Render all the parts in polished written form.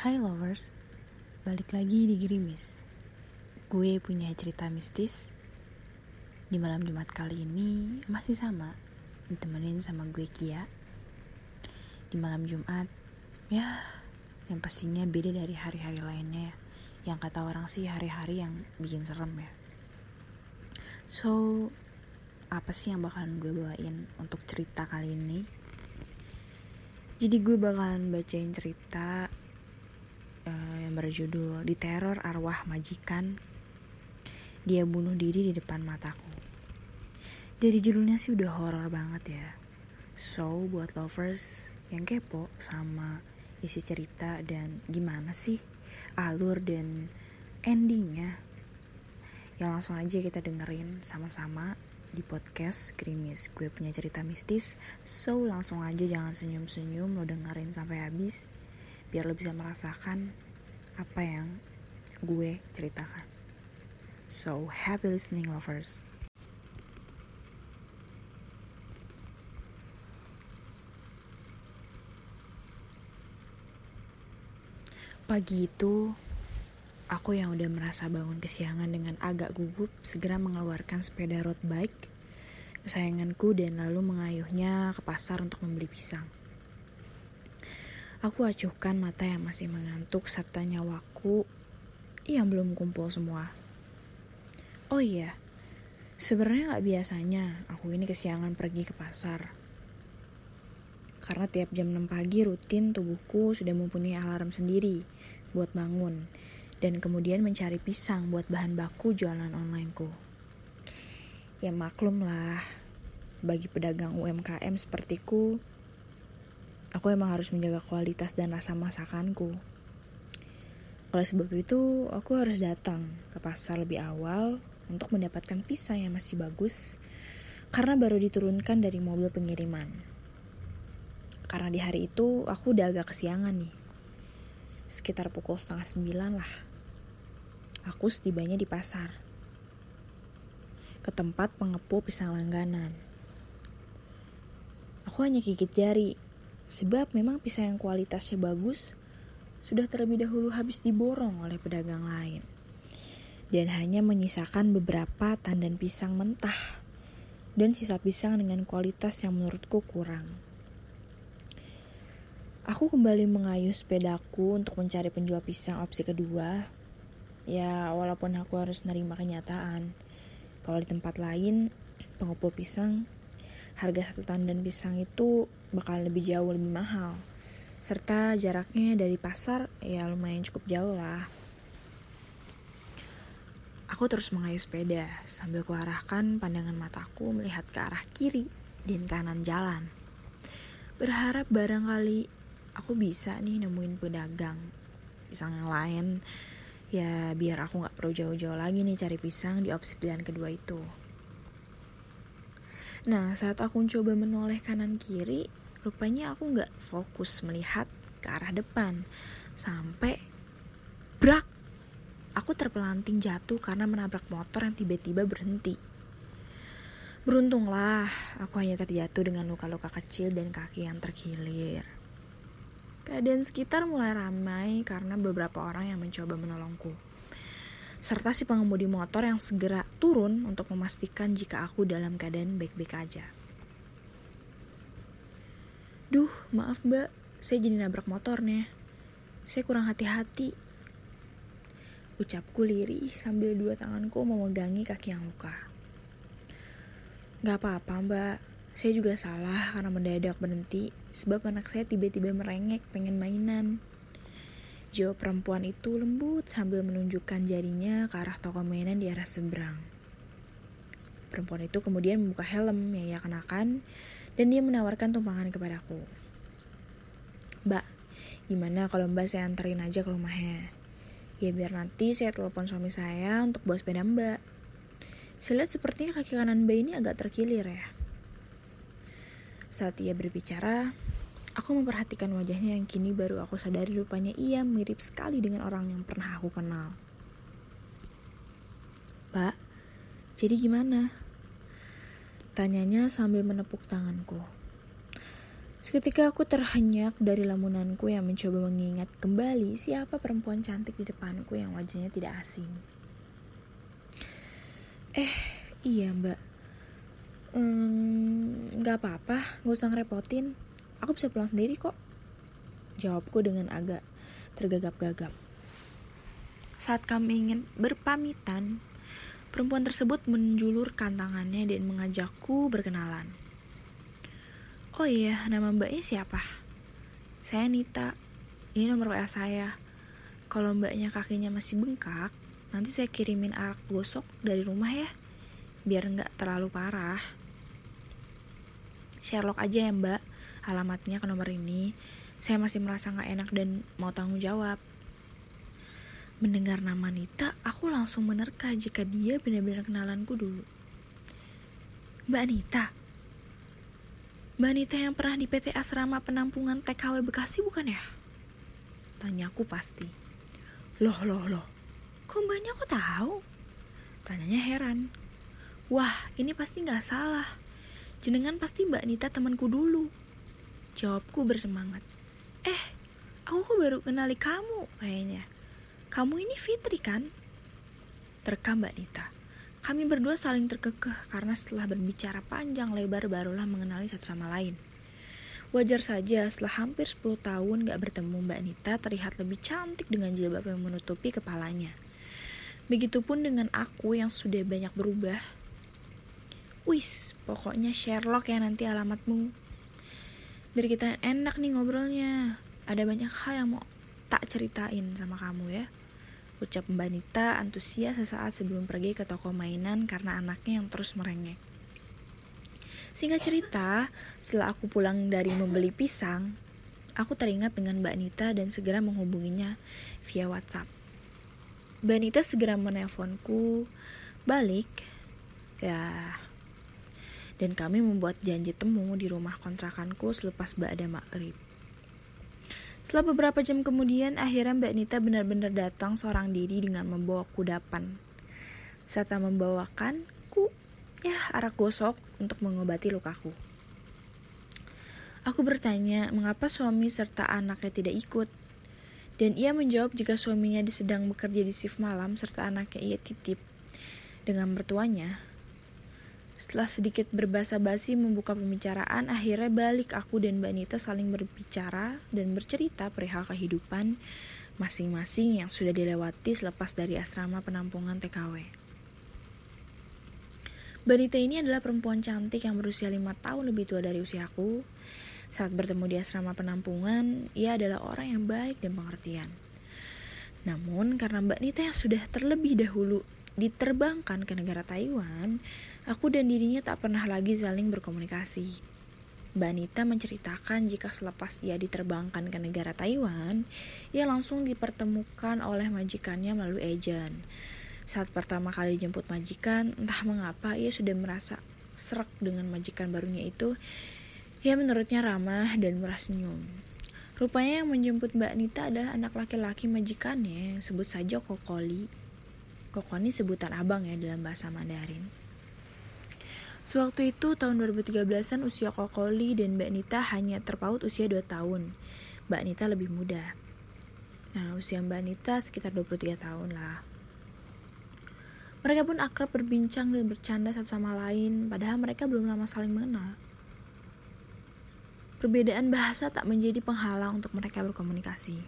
Hai lovers, balik lagi di Gerimis. Gue punya cerita mistis. Di malam Jumat kali ini masih sama, ditemenin sama gue Kia. Di malam Jumat, ya yang pastinya beda dari hari-hari lainnya. Yang kata orang sih hari-hari yang bikin serem ya. So, apa sih yang bakalan gue bawain untuk cerita kali ini? Jadi gue bakalan bacain cerita yang berjudul Diteror Arwah Majikan. Dia bunuh diri di depan mataku. Dari judulnya sih udah horor banget ya. So buat lovers yang kepo sama isi cerita dan gimana sih alur dan endingnya, ya langsung aja kita dengerin sama-sama di podcast Gerimis. Gue punya cerita mistis. So langsung aja, jangan senyum-senyum, lo dengerin sampai habis biar lo bisa merasakan apa yang gue ceritakan. So, happy listening lovers. Pagi itu, aku yang udah merasa bangun kesiangan dengan agak gugup segera mengeluarkan sepeda road bike kesayanganku dan lalu mengayuhnya ke pasar untuk membeli pisang. Aku acuhkan mata yang masih mengantuk serta nyawaku yang belum kumpul semua. Oh iya, sebenarnya gak biasanya aku ini kesiangan pergi ke pasar. Karena tiap jam 6 pagi rutin tubuhku sudah mempunyai alarm sendiri buat bangun dan kemudian mencari pisang buat bahan baku jualan onlineku. Ya maklum lah, bagi pedagang UMKM sepertiku, aku emang harus menjaga kualitas dan rasa masakanku. Oleh sebab itu, aku harus datang ke pasar lebih awal untuk mendapatkan pisang yang masih bagus karena baru diturunkan dari mobil pengiriman. Karena di hari itu aku udah agak kesiangan nih. Sekitar pukul 8:30 lah. Aku setibanya di pasar. Ke tempat pengepul pisang langganan. Aku hanya gigit jari. Sebab memang pisang yang kualitasnya bagus sudah terlebih dahulu habis diborong oleh pedagang lain. Dan hanya menyisakan beberapa tandan pisang mentah dan sisa pisang dengan kualitas yang menurutku kurang. Aku kembali mengayuh sepedaku untuk mencari penjual pisang opsi kedua. Ya walaupun aku harus nerima kenyataan, kalau di tempat lain pengepul pisang, harga satu tandan pisang itu bakal lebih jauh lebih mahal. Serta jaraknya dari pasar ya lumayan cukup jauh lah. Aku terus mengayuh sepeda sambil kuarahkan pandangan mataku melihat ke arah kiri dan kanan jalan. Berharap barangkali aku bisa nih nemuin pedagang pisang yang lain. Ya biar aku gak perlu jauh-jauh lagi nih cari pisang di opsi pilihan kedua itu. Nah saat aku coba menoleh kanan kiri, rupanya aku gak fokus melihat ke arah depan. Sampai brak, aku terpelanting jatuh karena menabrak motor yang tiba-tiba berhenti. Beruntunglah aku hanya terjatuh dengan luka-luka kecil dan kaki yang terkilir. Keadaan sekitar mulai ramai karena beberapa orang yang mencoba menolongku. Serta si pengemudi motor yang segera turun untuk memastikan jika aku dalam keadaan baik-baik aja. Duh, maaf mbak, saya jadi nabrak motornya. Saya kurang hati-hati. Ucapku lirih sambil dua tanganku memegangi kaki yang luka. Gak apa-apa mbak, saya juga salah karena mendadak berhenti sebab anak saya tiba-tiba merengek pengen mainan. Jawab perempuan itu lembut sambil menunjukkan jarinya ke arah toko mainan di arah seberang. Perempuan itu kemudian membuka helm yang ia kenakan dan dia menawarkan tumpangan kepadaku. Mbak, gimana kalau mbak saya anterin aja ke rumahnya? Ya biar nanti saya telepon suami saya untuk bawa sepeda mbak. Saya lihat sepertinya kaki kanan mbak ini agak terkilir ya. Saat ia berbicara, aku memperhatikan wajahnya yang kini baru aku sadari rupanya ia mirip sekali dengan orang yang pernah aku kenal. Pak, jadi gimana? Tanyanya sambil menepuk tanganku. Seketika aku terhenyak dari lamunanku yang mencoba mengingat kembali siapa perempuan cantik di depanku yang wajahnya tidak asing. Iya mbak, gak apa-apa, gak usah ngerepotin. Aku bisa pulang sendiri kok, jawabku dengan agak tergagap-gagap. Saat kami ingin berpamitan, perempuan tersebut menjulurkan tangannya dan mengajakku berkenalan. Oh iya, nama mbaknya siapa? Saya Nita, ini nomor WA saya. Kalau mbaknya kakinya masih bengkak, nanti saya kirimin arak gosok dari rumah ya, biar gak terlalu parah. Sherlock aja ya mbak, alamatnya ke nomor ini. Saya masih merasa gak enak dan mau tanggung jawab. Mendengar nama Nita, aku langsung menerka jika dia benar-benar kenalanku dulu. Mbak Nita? Mbak Nita yang pernah di PT Asrama Penampungan TKW Bekasi bukan ya? Tanyaku pasti. Loh. Kok mbaknya kok tahu? Tanyanya heran. Wah, ini pasti gak salah. Jenengan pasti Mbak Nita temanku dulu. Jawabku bersemangat. Aku kok baru kenali kamu kayaknya. Kamu ini Fitri kan? Terka Mbak Nita. Kami berdua saling terkekeh karena setelah berbicara panjang lebar barulah mengenali satu sama lain. Wajar saja setelah hampir 10 tahun gak bertemu, Mbak Nita terlihat lebih cantik dengan jilbab yang menutupi kepalanya. Begitupun dengan aku yang sudah banyak berubah. Wis, pokoknya Sherlock ya nanti alamatmu. Biar kita enak nih ngobrolnya. Ada banyak hal yang mau tak ceritain sama kamu ya. Ucap Mbak Nita antusias sesaat sebelum pergi ke toko mainan karena anaknya yang terus merengek. Singkat cerita, setelah aku pulang dari membeli pisang, aku teringat dengan Mbak Nita dan segera menghubunginya via WhatsApp. Mbak Nita segera menelponku balik, dan kami membuat janji temu di rumah kontrakanku selepas ba'da maghrib. Setelah beberapa jam kemudian, akhirnya Mbak Nita benar-benar datang seorang diri dengan membawa kudapan, serta membawakanku arak gosok untuk mengobati lukaku. Aku bertanya mengapa suami serta anaknya tidak ikut, dan ia menjawab jika suaminya sedang bekerja di shift malam serta anaknya ia titip dengan mertuanya. Setelah sedikit berbasa-basi membuka pembicaraan, akhirnya balik aku dan Mbak Nita saling berbicara dan bercerita perihal kehidupan masing-masing yang sudah dilewati selepas dari asrama penampungan TKW. Mbak Nita ini adalah perempuan cantik yang berusia 5 tahun lebih tua dari usiaku. Saat bertemu di asrama penampungan, ia adalah orang yang baik dan pengertian. Namun karena Mbak Nita yang sudah terlebih dahulu diterbangkan ke negara Taiwan, aku dan dirinya tak pernah lagi saling berkomunikasi. Mbak Nita menceritakan jika selepas ia diterbangkan ke negara Taiwan, ia langsung dipertemukan oleh majikannya melalui agent. Saat pertama kali dijemput majikan, entah mengapa ia sudah merasa serak dengan majikan barunya itu. Ia menurutnya ramah dan murah senyum. Rupanya yang menjemput Mbak Nita adalah anak laki-laki majikannya, sebut saja Kokoli. Koko ini sebutan abang ya dalam bahasa Mandarin. Sewaktu itu tahun 2013an usia Kokoli dan Mbak Nita hanya terpaut usia 2 tahun. Mbak Nita lebih muda. Nah, usia Mbak Nita sekitar 23 tahun lah. Mereka pun akrab berbincang dan bercanda satu sama lain, padahal mereka belum lama saling mengenal. Perbedaan bahasa tak menjadi penghalang untuk mereka berkomunikasi.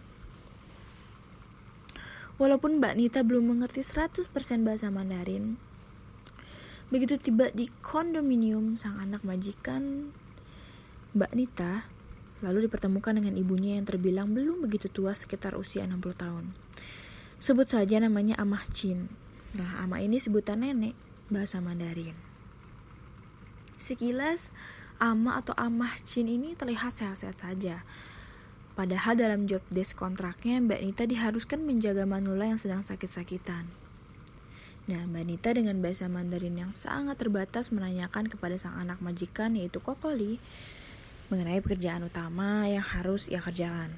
Walaupun Mbak Nita belum mengerti 100% bahasa Mandarin, begitu tiba di kondominium sang anak majikan Mbak Nita, lalu dipertemukan dengan ibunya yang terbilang belum begitu tua, sekitar usia 60 tahun. Sebut saja namanya Amah Chin. Nah, Amah ini sebutan nenek bahasa Mandarin. Sekilas, Amah atau Amah Chin ini terlihat sehat-sehat saja. Padahal dalam job desk kontraknya, Mbak Nita diharuskan menjaga Manula yang sedang sakit-sakitan. Nah, Mbak Nita dengan bahasa Mandarin yang sangat terbatas menanyakan kepada sang anak majikan, yaitu Kokoli, mengenai pekerjaan utama yang harus ia kerjakan.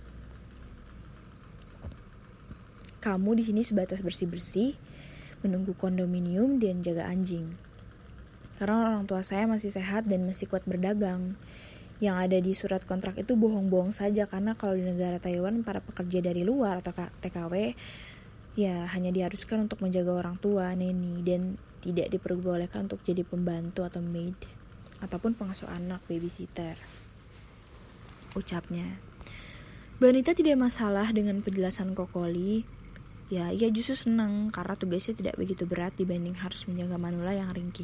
Kamu di sini sebatas bersih-bersih, menunggu kondominium dan jaga anjing. Karena orang tua saya masih sehat dan masih kuat berdagang. yang ada di surat kontrak itu bohong-bohong saja, karena kalau di negara Taiwan para pekerja dari luar atau TKW ya hanya diharuskan untuk menjaga orang tua, neni, dan tidak diperbolehkan untuk jadi pembantu atau maid ataupun pengasuh anak, babysitter, ucapnya. Mbak Nita tidak masalah dengan penjelasan Kokoli. Ya, ia justru senang karena tugasnya tidak begitu berat dibanding harus menjaga Manula yang ringkih.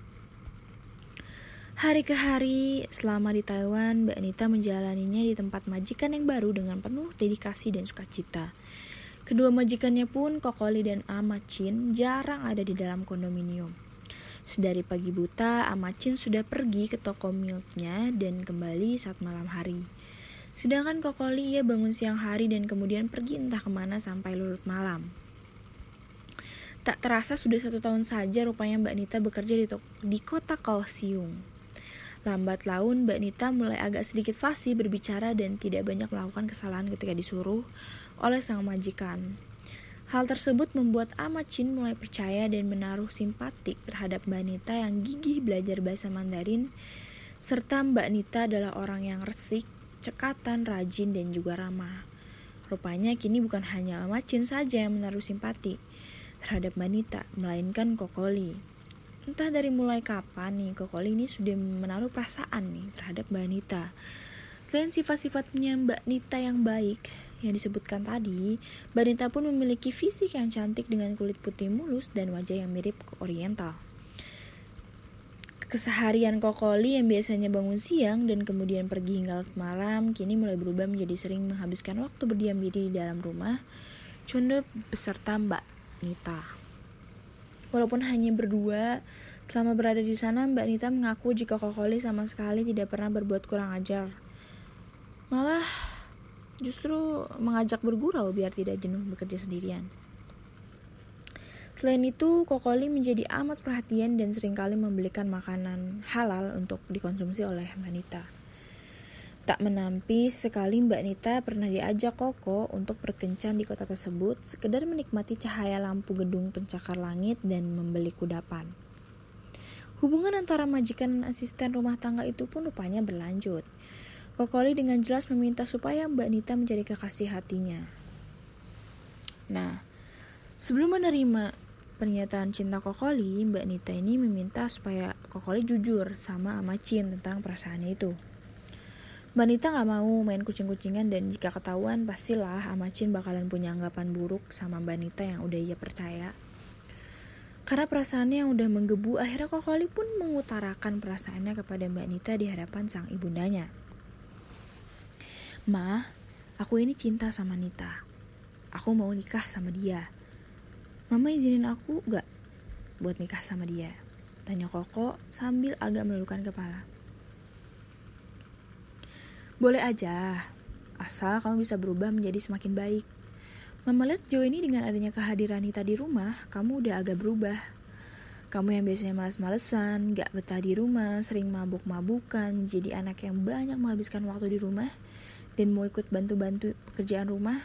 Hari ke hari selama di Taiwan, Mbak Nita menjalaninya di tempat majikan yang baru dengan penuh dedikasi dan sukacita. Kedua majikannya pun, Kokoli dan Amacin, jarang ada di dalam kondominium. Sedari pagi buta, Amacin sudah pergi ke toko milknya dan kembali saat malam hari. Sedangkan Kokoli ia bangun siang hari dan kemudian pergi entah kemana sampai larut malam. Tak terasa sudah 1 tahun saja rupanya Mbak Nita bekerja di kota Kaohsiung. Lambat laun Mbak Nita mulai agak sedikit fasih berbicara dan tidak banyak melakukan kesalahan ketika disuruh oleh sang majikan. Hal tersebut membuat Amacin mulai percaya dan menaruh simpati terhadap Mbak Nita yang gigih belajar bahasa Mandarin, serta Mbak Nita adalah orang yang resik, cekatan, rajin, dan juga ramah. Rupanya kini bukan hanya Amacin saja yang menaruh simpati terhadap Mbak Nita, melainkan Kokoli. Entah dari mulai kapan nih Kokoli ini sudah menaruh perasaan nih terhadap Mbak Nita. Selain sifat-sifatnya Mbak Nita yang baik yang disebutkan tadi, Mbak Nita pun memiliki fisik yang cantik dengan kulit putih mulus dan wajah yang mirip ke Oriental. Keseharian Kokoli yang biasanya bangun siang dan kemudian pergi hingga malam kini mulai berubah menjadi sering menghabiskan waktu berdiam diri di dalam rumah Condo beserta Mbak Nita. Walaupun hanya berdua, selama berada di sana Mbak Nita mengaku jika Kokoli sama sekali tidak pernah berbuat kurang ajar. Malah justru mengajak bergurau biar tidak jenuh bekerja sendirian. Selain itu, Kokoli menjadi amat perhatian dan seringkali membelikan makanan halal untuk dikonsumsi oleh Mbak Nita. Tak menampi, sekali Mbak Nita pernah diajak Koko untuk berkencan di kota tersebut, sekedar menikmati cahaya lampu gedung pencakar langit dan membeli kudapan. Hubungan antara majikan dan asisten rumah tangga itu pun rupanya berlanjut. Kokoli dengan jelas meminta supaya Mbak Nita menjadi kekasih hatinya. Nah, sebelum menerima pernyataan cinta Kokoli, Mbak Nita ini meminta supaya Kokoli jujur sama Amacin tentang perasaannya itu. Mbak Nita gak mau main kucing-kucingan dan jika ketahuan pastilah Amacin bakalan punya anggapan buruk sama Mbak Nita yang udah ia percaya. Karena perasaannya yang udah menggebu, akhirnya Kokoli pun mengutarakan perasaannya kepada Mbak Nita di hadapan sang ibundanya. Ma, aku ini cinta sama Nita. Aku mau nikah sama dia. Mama izinin aku gak buat nikah sama dia? Tanya Koko sambil agak menundukkan kepala. Boleh aja, asal kamu bisa berubah menjadi semakin baik. Mama lihat sejauh ini dengan adanya kehadiran Nita di rumah, kamu udah agak berubah. Kamu yang biasanya malas-malesan, gak betah di rumah, sering mabuk-mabukan, menjadi anak yang banyak menghabiskan waktu di rumah, dan mau ikut bantu-bantu pekerjaan rumah.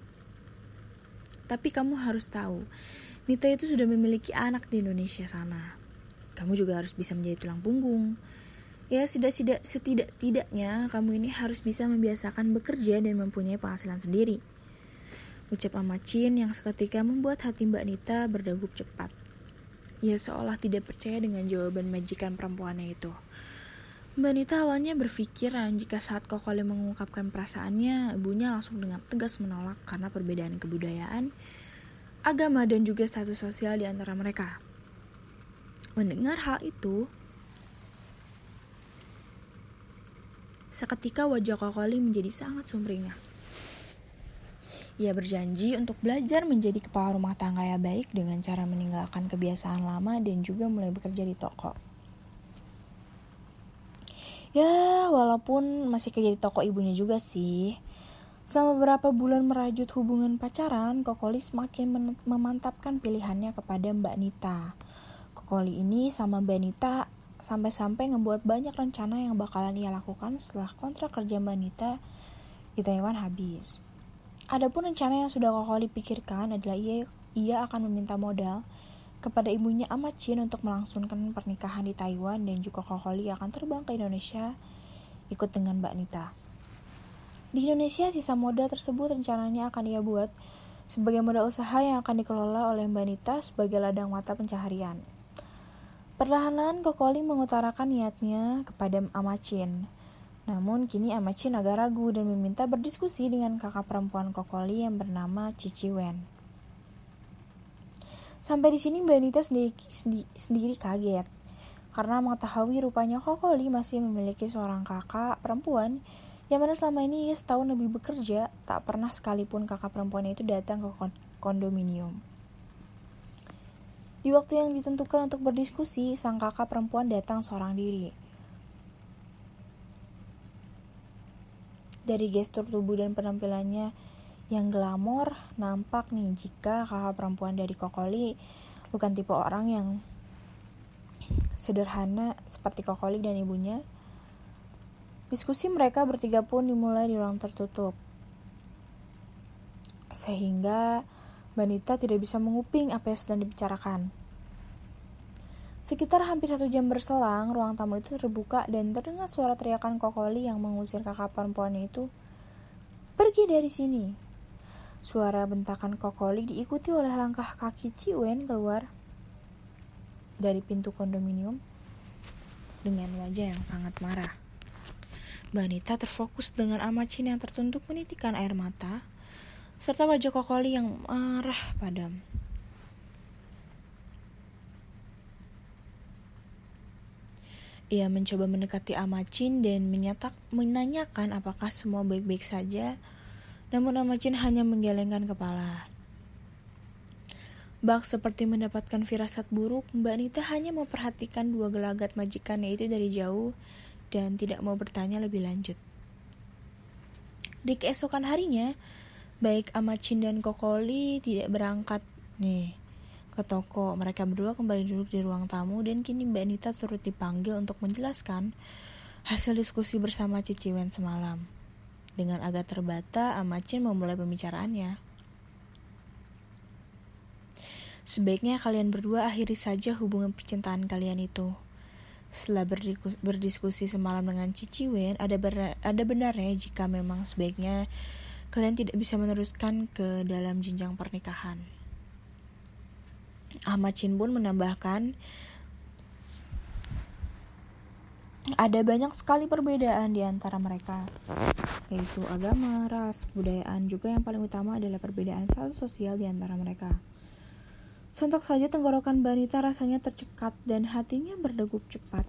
Tapi kamu harus tahu, Nita itu sudah memiliki anak di Indonesia sana. Kamu juga harus bisa menjadi tulang punggung. Ya setidak-tidaknya kamu ini harus bisa membiasakan bekerja dan mempunyai penghasilan sendiri. Ucap Amacin yang seketika membuat hati Mbak Nita berdegup cepat. Ia seolah tidak percaya dengan jawaban majikan perempuannya itu. Mbak Nita awalnya berpikiran jika saat Kokoli mengungkapkan perasaannya, ibunya langsung dengan tegas menolak karena perbedaan kebudayaan, agama, dan juga status sosial di antara mereka. Mendengar hal itu, seketika wajah Kokoli menjadi sangat sumringah. Ia berjanji untuk belajar menjadi kepala rumah tangga yang baik dengan cara meninggalkan kebiasaan lama dan juga mulai bekerja di toko. Ya, walaupun masih kerja di toko ibunya juga sih. Selama beberapa bulan merajut hubungan pacaran, Kokoli semakin memantapkan pilihannya kepada Mbak Nita. Kokoli ini sama Mbak Nita sampai-sampai ngebuat banyak rencana yang bakalan ia lakukan setelah kontrak kerja Mbak Nita di Taiwan habis. Adapun rencana yang sudah Kokoli pikirkan adalah ia akan meminta modal kepada ibunya Amacin untuk melangsungkan pernikahan di Taiwan dan juga Kokoli akan terbang ke Indonesia ikut dengan Mbak Nita. Di Indonesia, sisa modal tersebut rencananya akan ia buat sebagai modal usaha yang akan dikelola oleh Mbak Nita sebagai ladang mata pencaharian. Perlahan-lahan Kokoli mengutarakan niatnya kepada Amacin. Namun kini Amacin agak ragu dan meminta berdiskusi dengan kakak perempuan Kokoli yang bernama Cici Wen. Sampai di sini Mbak Nita sendiri kaget karena mengetahui rupanya Kokoli masih memiliki seorang kakak perempuan yang mana selama ini ia setahun lebih bekerja, tak pernah sekalipun kakak perempuannya itu datang ke kondominium. Di waktu yang ditentukan untuk berdiskusi, sang kakak perempuan datang seorang diri. Dari gestur tubuh dan penampilannya yang glamor, nampak nih jika kakak perempuan dari Kokoli bukan tipe orang yang sederhana seperti Kokoli dan ibunya. Diskusi mereka bertiga pun dimulai di ruang tertutup, sehingga Mbak Nita tidak bisa menguping apa yang sedang dibicarakan. Sekitar hampir 1 jam berselang, ruang tamu itu terbuka dan terdengar suara teriakan Kokoli yang mengusir kakak perempuannya itu, "Pergi dari sini!" Suara bentakan Kokoli diikuti oleh langkah kaki Ciwen keluar dari pintu kondominium dengan wajah yang sangat marah. Mbak Nita terfokus dengan Amacin yang tertunduk menitikkan air mata, serta wajah Kokoli yang marah padam. Ia mencoba mendekati Amacin dan menanyakan apakah semua baik-baik saja, namun Amacin hanya menggelengkan kepala. Bak seperti mendapatkan firasat buruk, Mbak Nita hanya memperhatikan 2 gelagat majikannya itu dari jauh dan tidak mau bertanya lebih lanjut. Di keesokan harinya, baik Amacin dan Kokoli tidak berangkat ke toko. Mereka berdua kembali duduk di ruang tamu dan kini Mbak Nita turut dipanggil untuk menjelaskan hasil diskusi bersama Cici Wen semalam. Dengan agak terbata, Amacin memulai pembicaraannya. "Sebaiknya kalian berdua akhiri saja hubungan percintaan kalian itu. Setelah berdiskusi semalam dengan Cici Wen, ada benarnya jika memang sebaiknya kalian tidak bisa meneruskan ke dalam jenjang pernikahan." Amacin pun menambahkan, ada banyak sekali perbedaan di antara mereka, yaitu agama, ras, kebudayaan, juga yang paling utama adalah perbedaan status sosial di antara mereka. Sontak saja tenggorokan Mbak Nita rasanya tercekat dan hatinya berdegup cepat.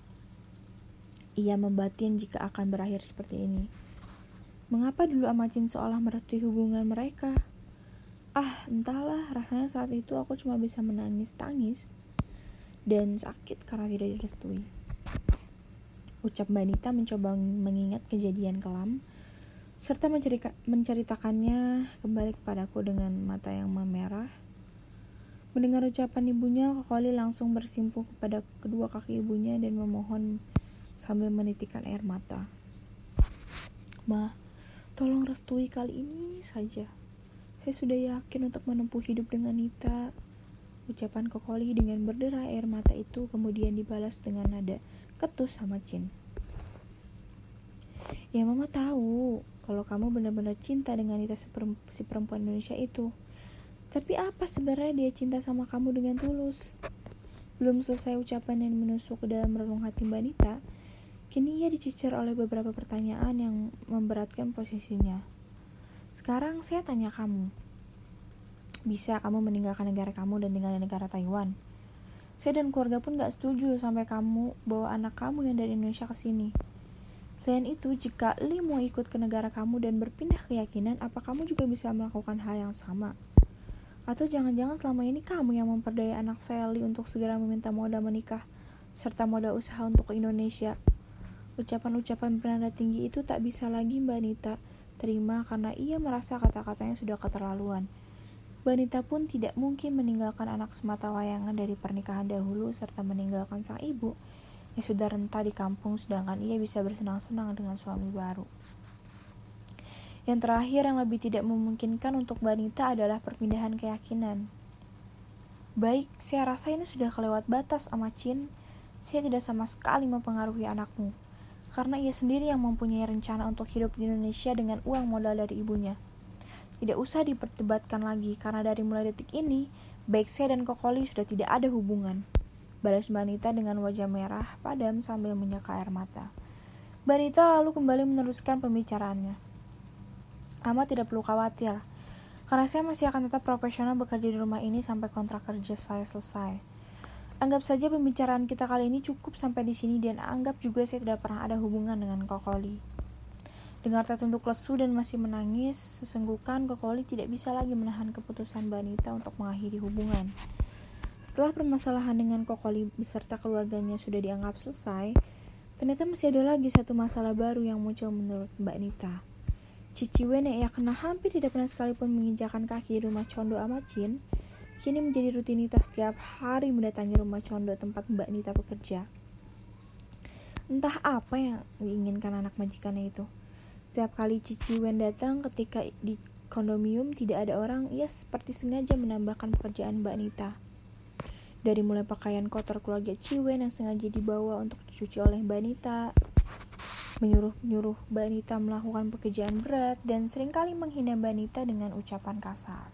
Ia membatin jika akan berakhir seperti ini. Mengapa dulu Amacin seolah merestui hubungan mereka? Entahlah, rasanya saat itu aku cuma bisa menangis-tangis dan sakit karena tidak direstui. Ucap Mbak Nita mencoba mengingat kejadian kelam, serta menceritakannya kembali kepadaku dengan mata yang memerah. Mendengar ucapan ibunya, Kokoli langsung bersimpuh kepada kedua kaki ibunya dan memohon sambil menitikkan air mata. "Ma, tolong restui kali ini saja. Saya sudah yakin untuk menempuh hidup dengan Nita." Ucapan Kokoli dengan berderai air mata itu kemudian dibalas dengan nada ketus Amacin. "Ya, Mama tahu kalau kamu benar-benar cinta dengan Nita si perempuan Indonesia itu. Tapi apa sebenarnya dia cinta sama kamu dengan tulus?" Belum selesai ucapan yang menusuk ke dalam relung hati Mbak Nita, kini ia dicecer oleh beberapa pertanyaan yang memberatkan posisinya. "Sekarang saya tanya kamu, bisa kamu meninggalkan negara kamu dan tinggal di negara Taiwan? Saya dan keluarga pun gak setuju sampai kamu bawa anak kamu yang dari Indonesia ke sini. Selain itu, jika Li mau ikut ke negara kamu dan berpindah keyakinan, apa kamu juga bisa melakukan hal yang sama? Atau jangan-jangan selama ini kamu yang memperdaya anak saya Li untuk segera meminta modal menikah serta modal usaha untuk ke Indonesia?" Ucapan-ucapan bernada tinggi itu tak bisa lagi Mbak Nita terima karena ia merasa kata-katanya sudah keterlaluan. Mbak Nita pun tidak mungkin meninggalkan anak semata wayangan dari pernikahan dahulu serta meninggalkan sang ibu yang sudah renta di kampung sedangkan ia bisa bersenang-senang dengan suami baru. Yang terakhir yang lebih tidak memungkinkan untuk Mbak Nita adalah perpindahan keyakinan. "Baik, saya rasa ini sudah kelewat batas, Amacin. Saya tidak sama sekali mempengaruhi anakmu. karena ia sendiri yang mempunyai rencana untuk hidup di Indonesia dengan uang modal dari ibunya. Tidak usah diperdebatkan lagi, karena dari mulai detik ini, baik saya dan Kokoli sudah tidak ada hubungan. Balas Banita dengan wajah merah padam sambil menyeka air mata. Banita lalu kembali meneruskan pembicaraannya. Ama tidak perlu khawatir, karena saya masih akan tetap profesional bekerja di rumah ini sampai kontrak kerja saya selesai. Anggap saja pembicaraan kita kali ini cukup sampai di sini dan anggap juga saya tidak pernah ada hubungan dengan Kokoli. Dengar tertunduk lesu dan masih menangis, sesenggukan Kokoli tidak bisa lagi menahan keputusan Banita untuk mengakhiri hubungan. Setelah permasalahan dengan Kokoli beserta keluarganya sudah dianggap selesai, ternyata masih ada lagi satu masalah baru yang muncul menurut Mbak Nita. Cici Wen yang ia kenal hampir tidak pernah sekalipun menginjakan kaki di rumah Condo Amacin, kini menjadi rutinitas setiap hari mendatangi rumah Condo tempat Mbak Nita bekerja. Entah apa yang diinginkan anak majikannya itu. Setiap kali Cici Wen datang ketika di kondominium tidak ada orang, ia seperti sengaja menambahkan pekerjaan Mbak Nita. Dari mulai pakaian kotor keluarga Ciwen yang sengaja dibawa untuk dicuci oleh Mbak Nita, menyuruh Mbak Nita melakukan pekerjaan berat, dan seringkali menghina Mbak Nita dengan ucapan kasar.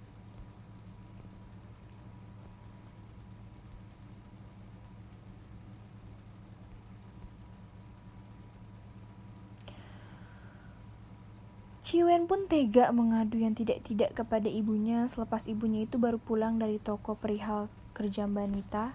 Ciwen pun tega mengadu yang tidak-tidak kepada ibunya selepas ibunya itu baru pulang dari toko perihal kerja Mbak Nita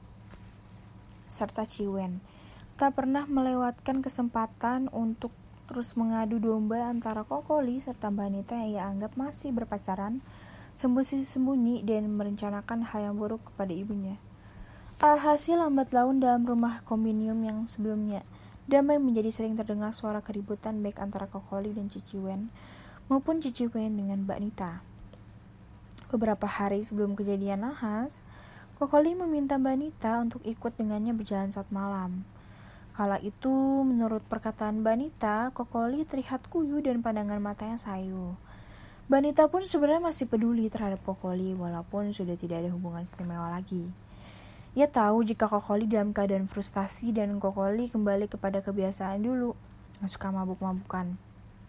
serta Ciwen. Tak pernah melewatkan kesempatan untuk terus mengadu domba antara Kokoli serta Mbak Nita yang ia anggap masih berpacaran, sembunyi-sembunyi dan merencanakan hal yang buruk kepada ibunya. Alhasil lambat laun dalam rumah kondominium yang sebelumnya damai menjadi sering terdengar suara keributan baik antara Kokoli dan Cici Wen maupun Cici Wen dengan Mbak Nita. Beberapa hari sebelum kejadian nahas, Kokoli meminta Mbak Nita untuk ikut dengannya berjalan saat malam. Kala itu, menurut perkataan Mbak Nita, Kokoli terlihat kuyu dan pandangan matanya sayu. Mbak Nita pun sebenarnya masih peduli terhadap Kokoli walaupun sudah tidak ada hubungan istimewa lagi. Ia tahu jika Kokoli dalam keadaan frustasi dan Kokoli kembali kepada kebiasaan dulu, yang suka mabuk-mabukan.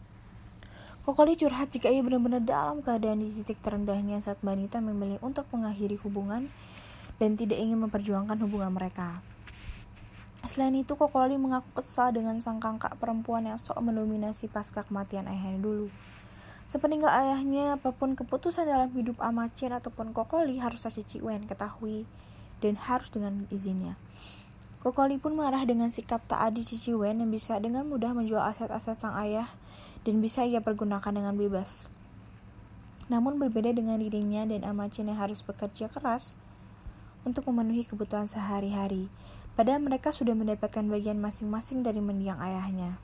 Kokoli curhat jika ia benar-benar dalam keadaan di titik terendahnya saat Mbak Nita memilih untuk mengakhiri hubungan dan tidak ingin memperjuangkan hubungan mereka. Selain itu, Kokoli mengaku kesal dengan sang kakak perempuan yang sok mendominasi pasca kematian ayahnya dulu. Sepeninggal ayahnya, apapun keputusan dalam hidup Amacin ataupun Kokoli harus Cici Wen ketahui dan harus dengan izinnya. Kokoli pun marah dengan sikap tak adil Cici Wen yang bisa dengan mudah menjual aset-aset sang ayah dan bisa ia pergunakan dengan bebas. Namun berbeda dengan dirinya dan Amacin yang harus bekerja keras untuk memenuhi kebutuhan sehari-hari, padahal mereka sudah mendapatkan bagian masing-masing dari mendiang ayahnya.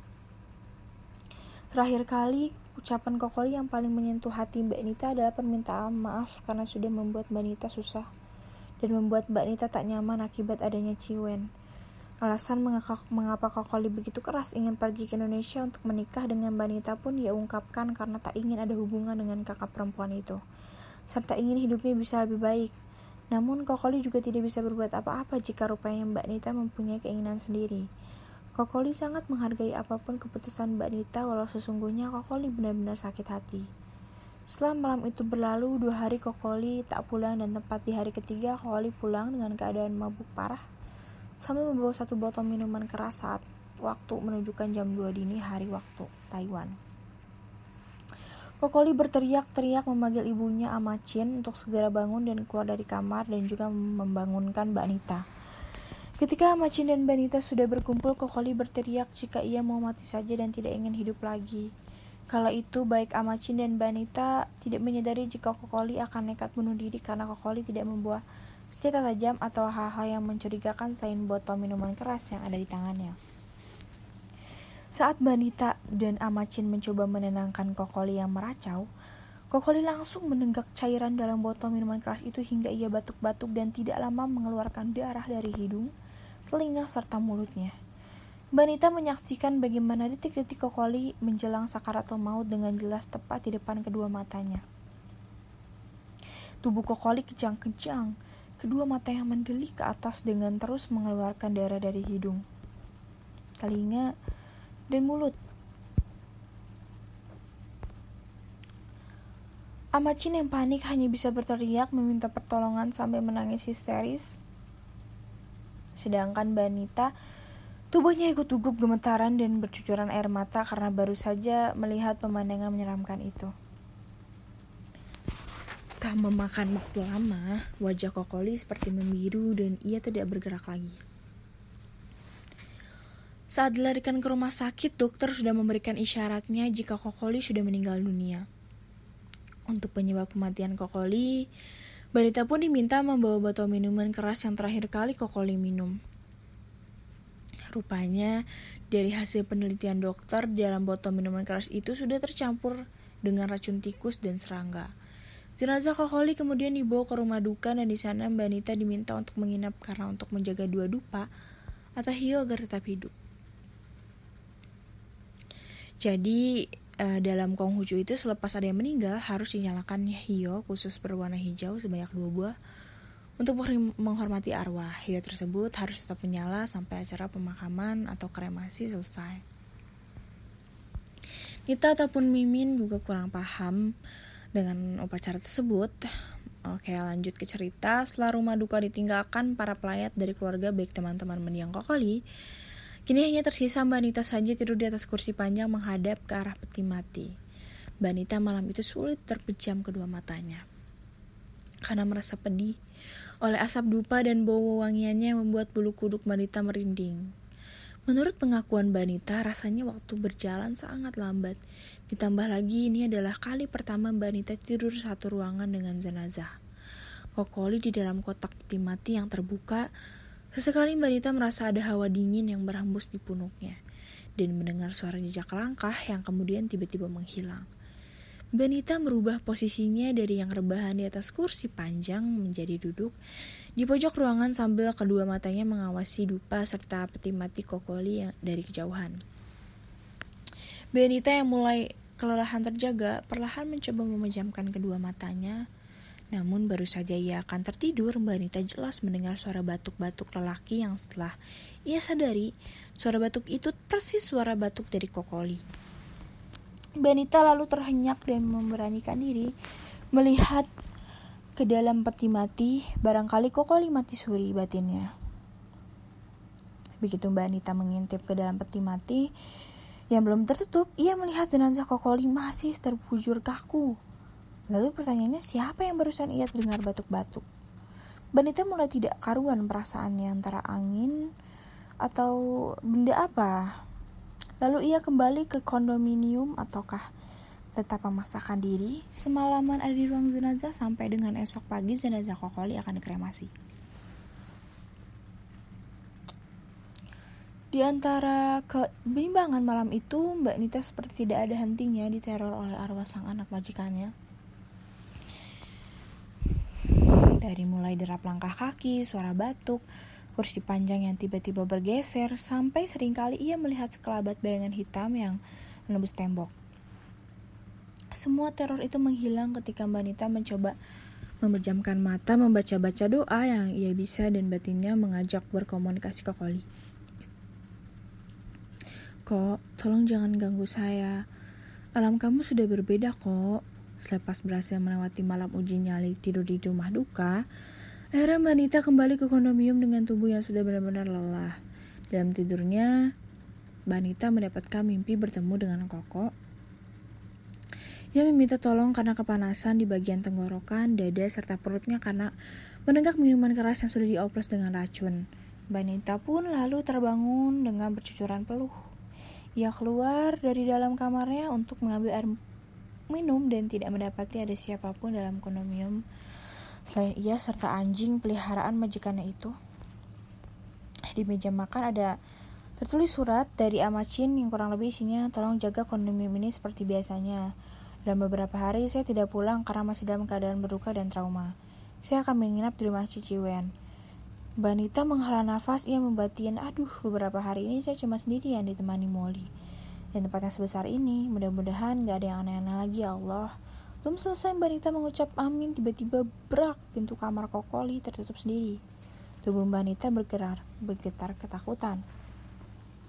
Terakhir kali, ucapan Kokoli yang paling menyentuh hati Mbak Nita adalah permintaan maaf karena sudah membuat Mbak Nita susah dan membuat Mbak Nita tak nyaman akibat adanya Ciwen. Alasan mengapa Kokoli begitu keras ingin pergi ke Indonesia untuk menikah dengan Mbak Nita pun ia ungkapkan karena tak ingin ada hubungan dengan kakak perempuan itu, serta ingin hidupnya bisa lebih baik. Namun Kokoli juga tidak bisa berbuat apa-apa jika rupanya Mbak Nita mempunyai keinginan sendiri. Kokoli sangat menghargai apapun keputusan Mbak Nita walau sesungguhnya Kokoli benar-benar sakit hati. Setelah malam itu berlalu, 2 hari Kokoli tak pulang dan tepat di hari ketiga Kokoli pulang dengan keadaan mabuk parah sambil membawa 1 botol minuman keras saat waktu menunjukkan jam 2 dini hari waktu Taiwan. Kokoli berteriak-teriak memanggil ibunya Amacin untuk segera bangun dan keluar dari kamar dan juga membangunkan Mbak Nita. Ketika Amacin dan Mbak Nita sudah berkumpul, Kokoli berteriak jika ia mau mati saja dan tidak ingin hidup lagi. Kala itu, baik Amacin dan Mbak Nita tidak menyadari jika Kokoli akan nekat bunuh diri karena Kokoli tidak membawa senjata tajam atau hal-hal yang mencurigakan selain botol minuman keras yang ada di tangannya. Saat Mbak Nita dan Amacin mencoba menenangkan Kokoli yang meracau, Kokoli langsung menenggak cairan dalam botol minuman keras itu hingga ia batuk-batuk dan tidak lama mengeluarkan darah dari hidung, telinga, serta mulutnya. Mbak Nita menyaksikan bagaimana detik-detik Kokoli menjelang sakaratul maut dengan jelas tepat di depan kedua matanya. Tubuh Kokoli kejang-kejang, kedua matanya mendelik ke atas dengan terus mengeluarkan darah dari hidung. telinga, dan mulut. Amacin yang panik hanya bisa berteriak meminta pertolongan sampai menangis histeris. Sedangkan Banita, tubuhnya ikut gugup gemetaran dan bercucuran air mata karena baru saja melihat pemandangan menyeramkan itu. Tak memakan waktu lama, wajah Kokoli seperti membiru dan ia tidak bergerak lagi. Saat dilarikan ke rumah sakit, dokter sudah memberikan isyaratnya jika Kokoli sudah meninggal dunia. Untuk penyebab kematian Kokoli, Banita pun diminta membawa botol minuman keras yang terakhir kali Kokoli minum. Rupanya, dari hasil penelitian dokter, dalam botol minuman keras itu sudah tercampur dengan racun tikus dan serangga. Jenazah Kokoli kemudian dibawa ke rumah duka dan di sana Banita diminta untuk menginap karena untuk menjaga dua dupa atau hiu agar tetap hidup. Jadi, dalam Konghucu itu selepas ada yang meninggal harus dinyalakan hiyo khusus berwarna hijau sebanyak 2 buah untuk menghormati arwah. Hiyo tersebut harus tetap menyala sampai acara pemakaman atau kremasi selesai. Nita ataupun Mimin juga kurang paham dengan upacara tersebut. Oke, lanjut ke cerita. Setelah rumah duka ditinggalkan para pelayat dari keluarga baik teman-teman mendiang Kokoli, kini hanya tersisa Mbak Nita saja tidur di atas kursi panjang menghadap ke arah peti mati. Mbak Nita malam itu sulit terpejam kedua matanya. Karena merasa pedih oleh asap dupa dan bau wangiannya yang membuat bulu kuduk Mbak Nita merinding. Menurut pengakuan Mbak Nita, rasanya waktu berjalan sangat lambat. Ditambah lagi ini adalah kali pertama Mbak Nita tidur satu ruangan dengan jenazah. Kokoli di dalam kotak peti mati yang terbuka. Sesekali Mbak Nita merasa ada hawa dingin yang berhembus di punuknya dan mendengar suara jejak langkah yang kemudian tiba-tiba menghilang. Mbak Nita merubah posisinya dari yang rebahan di atas kursi panjang menjadi duduk di pojok ruangan sambil kedua matanya mengawasi dupa serta peti mati Kokoli dari kejauhan. Mbak Nita yang mulai kelelahan terjaga perlahan mencoba memejamkan kedua matanya. Namun baru saja ia akan tertidur, Mbak Nita jelas mendengar suara batuk-batuk lelaki yang setelah ia sadari, suara batuk itu persis suara batuk dari Kokoli. Mbak Nita lalu terhenyak dan memberanikan diri melihat ke dalam peti mati, barangkali Kokoli mati suri batinnya. Begitu Mbak Nita mengintip ke dalam peti mati yang belum tertutup, ia melihat jenazah Kokoli masih terbujur kaku. Lalu pertanyaannya, siapa yang barusan ia terdengar batuk-batuk? Mbak Nita mulai tidak karuan perasaannya antara angin atau benda apa. Lalu ia kembali ke kondominium ataukah tetap memaksakan diri semalaman ada di ruang jenazah sampai dengan esok pagi jenazah Kokoli akan dikremasi. Di antara kebimbangan malam itu, Mbak Nita seperti tidak ada hentinya diteror oleh arwah sang anak majikannya. Dari mulai derap langkah kaki, suara batuk, kursi panjang yang tiba-tiba bergeser, sampai seringkali ia melihat sekelabat bayangan hitam yang menembus tembok. Semua teror itu menghilang ketika Mbak Nita mencoba memejamkan mata, membaca-baca doa yang ia bisa dan batinnya mengajak berkomunikasi ke Kokoli. Kok, tolong jangan ganggu saya. Alam kamu sudah berbeda kok. Selepas berhasil melewati malam uji nyali tidur di rumah duka, akhirnya Mbak Nita kembali ke kondominium dengan tubuh yang sudah benar-benar lelah. Dalam tidurnya, Mbak Nita mendapatkan mimpi bertemu dengan Koko. Ia meminta tolong karena kepanasan di bagian tenggorokan, dada, serta perutnya karena menenggak minuman keras yang sudah dioplos dengan racun. Mbak Nita pun lalu terbangun dengan bercucuran peluh. Ia keluar dari dalam kamarnya untuk mengambil air minum dan tidak mendapati ada siapapun dalam kondominium selain ia serta anjing peliharaan majikannya itu. Di meja makan ada tertulis surat dari Amacin yang kurang lebih isinya, tolong jaga kondominium ini seperti biasanya. Dalam beberapa hari saya tidak pulang karena masih dalam keadaan berduka dan trauma. Saya akan menginap di rumah Cici Wen. Mbak Nita menghela nafas, ia membatin, aduh beberapa hari ini saya cuma sendirian ditemani Molly. Dan tempatnya sebesar ini, mudah-mudahan gak ada yang aneh-aneh lagi ya Allah. Belum selesai Mbak Nita mengucap amin, tiba-tiba brak, pintu kamar Kokoli tertutup sendiri. Tubuh Mbak Nita bergetar ketakutan.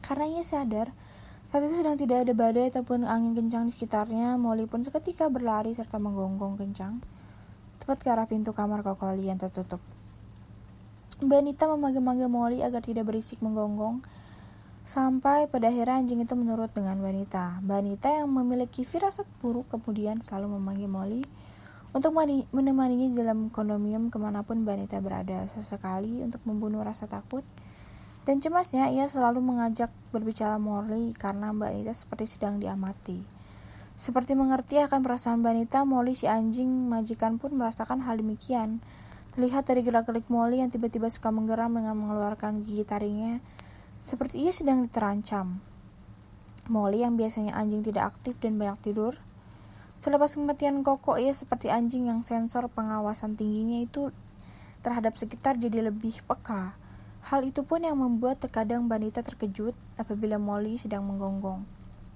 Karena ia sadar saat itu sedang tidak ada badai ataupun angin kencang di sekitarnya, Molly pun seketika berlari serta menggonggong kencang tepat ke arah pintu kamar Kokoli yang tertutup. Mbak Nita memanggil-manggil Molly agar tidak berisik menggonggong, sampai pada akhirnya anjing itu menurut dengan Mbak Nita. Mbak Nita yang memiliki firasat buruk kemudian selalu memanggil Molly untuk menemaninya dalam kondominium kemanapun Mbak Nita berada. Sesekali untuk membunuh rasa takut dan cemasnya, ia selalu mengajak berbicara Molly karena Mbak Nita seperti sedang diamati. Seperti mengerti akan perasaan Mbak Nita, Molly si anjing majikan pun merasakan hal demikian. Terlihat dari gerak-gerik Molly yang tiba-tiba suka menggeram dengan mengeluarkan gigi taringnya, seperti ia sedang terancam. Molly yang biasanya anjing tidak aktif dan banyak tidur, selepas kematian Koko, ia seperti anjing yang sensor pengawasan tingginya itu terhadap sekitar jadi lebih peka. Hal itu pun yang membuat terkadang Mbak Nita terkejut apabila Molly sedang menggonggong.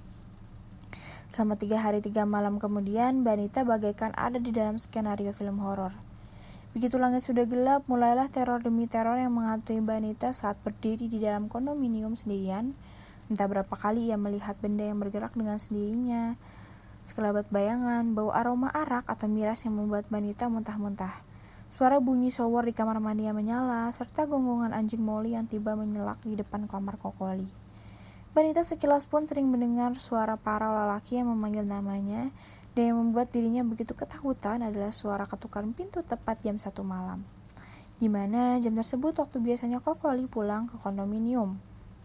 Selama 3 hari 3 malam kemudian, Mbak Nita bagaikan ada di dalam skenario film horor. Begitu langit sudah gelap, mulailah teror demi teror yang menghantui Mbak Nita saat berdiri di dalam kondominium sendirian. Entah berapa kali ia melihat benda yang bergerak dengan sendirinya, sekelebat bayangan, bau aroma arak atau miras yang membuat Mbak Nita muntah-muntah. Suara bunyi shower di kamar mandi yang menyala, serta gonggongan anjing Molly yang tiba menyelak di depan kamar Kokoli. Mbak Nita sekilas pun sering mendengar suara para lelaki yang memanggil namanya, dan yang membuat dirinya begitu ketakutan adalah suara ketukan pintu tepat jam 1 malam, di mana jam tersebut waktu biasanya Kokoli pulang ke kondominium.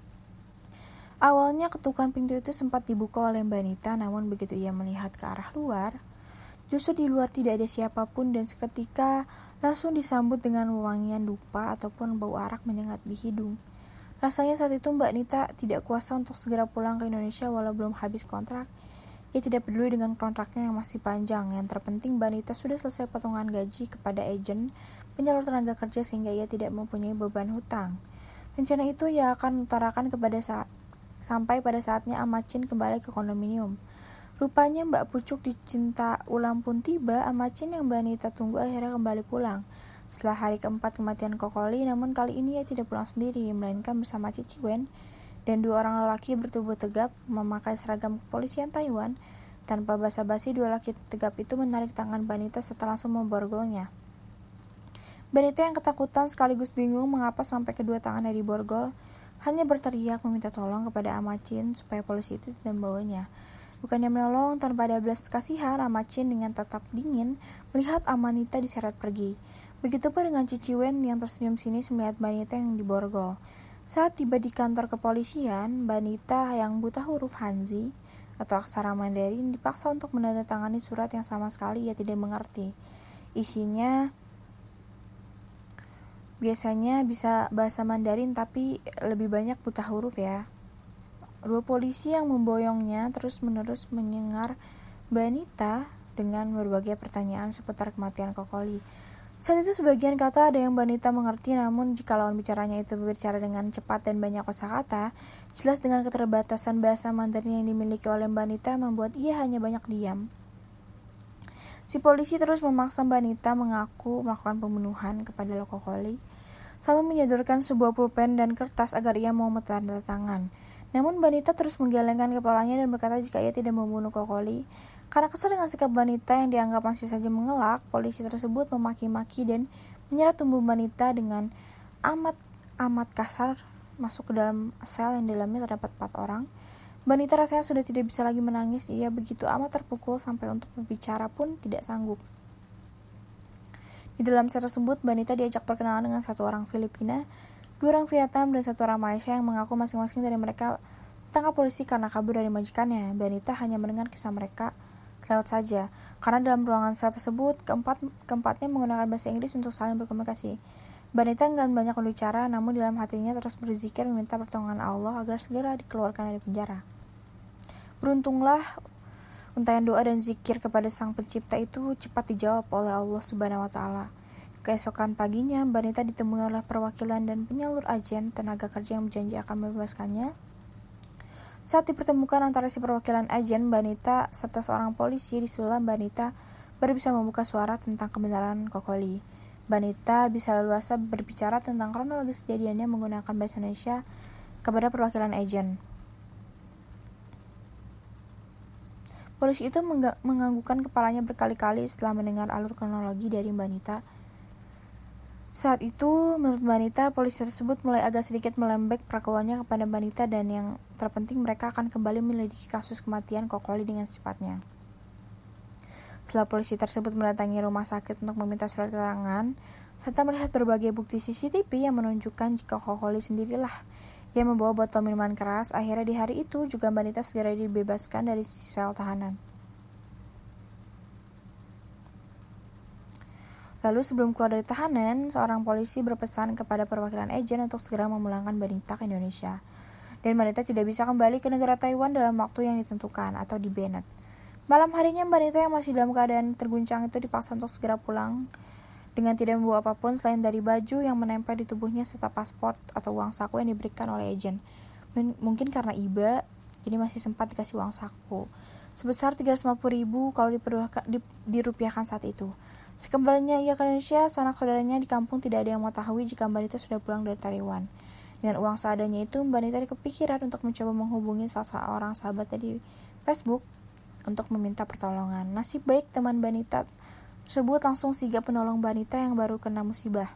Awalnya ketukan pintu itu sempat dibuka oleh Mbak Nita, namun begitu ia melihat ke arah luar, justru di luar tidak ada siapapun dan seketika langsung disambut dengan wangian dupa ataupun bau arak menyengat di hidung. Rasanya saat itu Mbak Nita tidak kuasa untuk segera pulang ke Indonesia walau belum habis kontrak. Ia tidak peduli dengan kontraknya yang masih panjang. Yang terpenting Mbak Nita sudah selesai potongan gaji kepada agen penyalur tenaga kerja sehingga ia tidak mempunyai beban hutang. Rencana itu ia akan utarakan sampai pada saatnya Amacin kembali ke kondominium. Rupanya Mbak Pucuk dicinta ulang pun tiba. Amacin yang Mbak Nita tunggu akhirnya kembali pulang setelah hari keempat kematian Kokoli, namun kali ini ia tidak pulang sendiri, melainkan bersama Cici Wen dan 2 orang lelaki bertubuh tegap memakai seragam kepolisian Taiwan. Tanpa basa-basi, 2 lelaki tegap itu menarik tangan Mbak Nita setelah langsung memborgolnya. Mbak Nita yang ketakutan sekaligus bingung mengapa sampai kedua tangannya diborgol, hanya berteriak meminta tolong kepada Amacin supaya polisi itu tidak membawanya. Bukannya menolong, tanpa ada belas kasihan, Amacin dengan tatap dingin melihat Amanita diseret pergi. Begitupun dengan Cici Wen yang tersenyum sinis melihat Mbak Nita yang diborgol. Saat tiba di kantor kepolisian, Mbak Nita yang buta huruf Hanzi atau aksara Mandarin dipaksa untuk menandatangani surat yang sama sekali ia tidak mengerti. Isinya biasanya bisa bahasa Mandarin tapi lebih banyak buta huruf ya. 2 polisi yang memboyongnya terus-menerus menyengar Mbak Nita dengan berbagai pertanyaan seputar kematian Kokoli. Saat itu sebagian kata ada yang Mbak Nita mengerti, namun jika lawan bicaranya itu berbicara dengan cepat dan banyak kosakata, jelas dengan keterbatasan bahasa Mandarin yang dimiliki oleh Mbak Nita membuat ia hanya banyak diam. Si polisi terus memaksa Mbak Nita mengaku melakukan pembunuhan kepada Kokoli, sambil menyodorkan sebuah pulpen dan kertas agar ia mau tanda tangan. Namun Mbak Nita terus menggelengkan kepalanya dan berkata jika ia tidak membunuh Kokoli. Karena kesal dengan sikap Mbak Nita yang dianggap masih saja mengelak, polisi tersebut memaki-maki dan menyeret tubuh Mbak Nita dengan amat kasar masuk ke dalam sel yang dalamnya terdapat 4 orang. Mbak Nita rasanya sudah tidak bisa lagi menangis, ia begitu amat terpukul sampai untuk berbicara pun tidak sanggup. Di dalam sel tersebut, Mbak Nita diajak perkenalan dengan 1 orang Filipina, 2 orang Vietnam dan 1 orang Malaysia yang mengaku masing-masing dari mereka ditangkap polisi karena kabur dari majikannya. Mbak Nita hanya mendengar kisah mereka lewat saja, karena dalam ruangan sel tersebut keempatnya menggunakan bahasa Inggris untuk saling berkomunikasi. Mbak Nita enggan banyak berbicara, namun dalam hatinya terus berzikir meminta pertolongan Allah agar segera dikeluarkan dari penjara. Beruntunglah untayan doa dan zikir kepada Sang Pencipta itu cepat dijawab oleh Allah Subhanahu wa Ta'ala. Keesokan paginya, Mbak Nita ditemui oleh perwakilan dan penyalur agen tenaga kerja yang berjanji akan membebaskannya. Saat dipertemukan antara si perwakilan agen, Mbak Nita serta seorang polisi, disitulah Mbak Nita baru bisa membuka suara tentang kebenaran Kokoli. Mbak Nita bisa leluasa berbicara tentang kronologis kejadiannya menggunakan bahasa Indonesia kepada perwakilan agen. Polisi itu menganggukkan kepalanya berkali-kali setelah mendengar alur kronologi dari Mbak Nita. Saat itu, menurut Mbak Nita, polisi tersebut mulai agak sedikit melembek perlakuannya kepada Mbak Nita, dan yang terpenting mereka akan kembali menyelidiki kasus kematian Kokoli dengan secepatnya. Setelah polisi tersebut mendatangi rumah sakit untuk meminta surat keterangan, serta melihat berbagai bukti CCTV yang menunjukkan jika Kokoli sendirilah yang membawa botol minuman keras, akhirnya di hari itu juga Mbak Nita segera dibebaskan dari sel tahanan. Lalu sebelum keluar dari tahanan, seorang polisi berpesan kepada perwakilan agen untuk segera memulangkan Mbak Nita ke Indonesia. Dan Mbak Nita tidak bisa kembali ke negara Taiwan dalam waktu yang ditentukan atau di Bennett. Malam harinya Mbak Nita yang masih dalam keadaan terguncang itu dipaksa untuk segera pulang dengan tidak membawa apapun selain dari baju yang menempel di tubuhnya serta paspor atau uang saku yang diberikan oleh agen. Mungkin karena iba, jadi masih sempat dikasih uang saku sebesar 350.000 kalau dirupiahkan saat itu. Sekembalinya ia ke Indonesia, sanak saudaranya di kampung tidak ada yang mengetahui jika Mbak Nita sudah pulang dari Taiwan. Dengan uang seadanya itu, Mbak Nita kepikiran untuk mencoba menghubungi salah seorang sahabatnya di Facebook untuk meminta pertolongan. Nasib baik teman Mbak Nita tersebut langsung sigap menolong Mbak Nita yang baru kena musibah.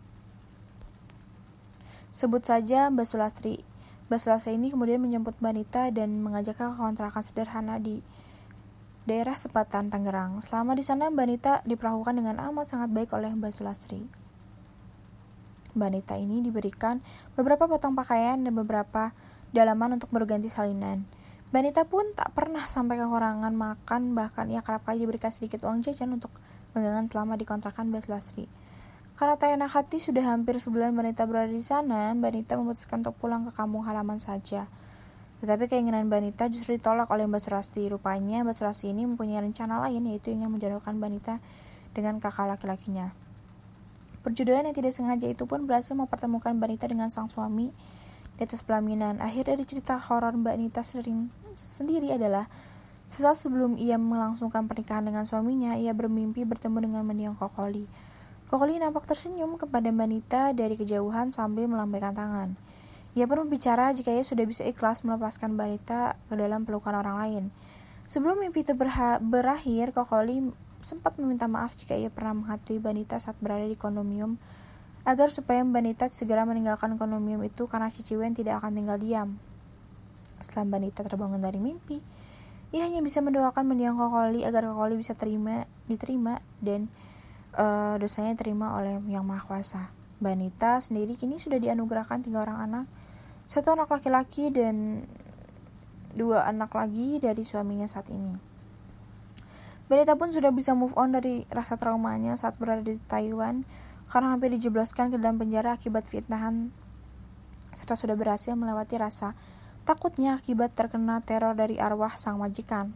Sebut saja Mbak Sulastri. Mbak Sulastri ini kemudian menjemput Mbak Nita dan mengajaknya ke kontrakan sederhana di daerah Sepatan, Tangerang. Selama di sana Mbak Nita diperlakukan dengan amat sangat baik oleh Mbak Sulastri. Mbak Nita ini diberikan beberapa potong pakaian dan beberapa dalaman untuk berganti salinan. Mbak Nita pun tak pernah sampai kekurangan makan, bahkan ia kerap kali diberikan sedikit uang jajan untuk pegangan selama di kontrakan Mbak Sulastri. Karena tak enak hati sudah hampir sebulan Mbak Nita berada di sana, Mbak Nita memutuskan untuk pulang ke kampung halaman saja. Tetapi keinginan Mbak Nita justru ditolak oleh Mbak Sulastri. Rupanya Mbak Sulastri ini mempunyai rencana lain, yaitu ingin menjodohkan Mbak Nita dengan kakak laki-lakinya. Perjodohan yang tidak sengaja itu pun berhasil mempertemukan Mbak Nita dengan sang suami di atas pelaminan. Akhir dari cerita horor Mbak Nita sendiri adalah sesaat sebelum ia melangsungkan pernikahan dengan suaminya, ia bermimpi bertemu dengan mendiang Kokoli. Kokoli nampak tersenyum kepada Mbak Nita dari kejauhan sambil melambaikan tangan. Ia pun berbicara jika ia sudah bisa ikhlas melepaskan Mbak Nita ke dalam pelukan orang lain. Sebelum mimpi itu berakhir, Kokoli sempat meminta maaf jika ia pernah menghantui Mbak Nita saat berada di kondominium, agar supaya Mbak Nita segera meninggalkan kondominium itu karena si Ciwen tidak akan tinggal diam. Setelah Mbak Nita terbangun dari mimpi, ia hanya bisa mendoakan mendiang Kokoli agar Kokoli bisa diterima dan dosanya diterima oleh Yang Maha Kuasa. Mbak Nita sendiri kini sudah dianugerahkan 3 orang anak, 1 anak laki-laki dan 2 anak lagi dari suaminya saat ini. Mbak Nita pun sudah bisa move on dari rasa traumanya saat berada di Taiwan karena hampir dijebloskan ke dalam penjara akibat fitnahan, serta sudah berhasil melewati rasa takutnya akibat terkena teror dari arwah sang majikan.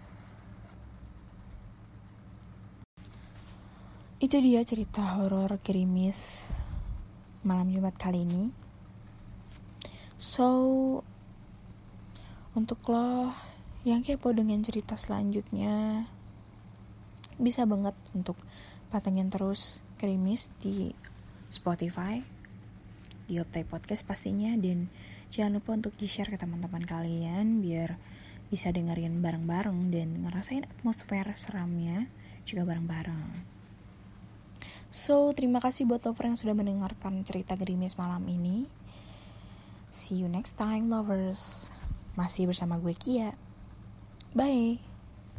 Itu dia cerita horor gerimis malam Jumat kali ini. So, untuk lo yang kepo dengan cerita selanjutnya, bisa banget untuk pantengin terus Gerimis di Spotify, di Optai Podcast pastinya, dan jangan lupa untuk di-share ke teman-teman kalian biar bisa dengerin bareng-bareng dan ngerasain atmosfer seramnya juga bareng-bareng. So, terima kasih buat lover yang sudah mendengarkan cerita Gerimis malam ini. See you next time, lovers. Masih bersama gue Kia. Bye.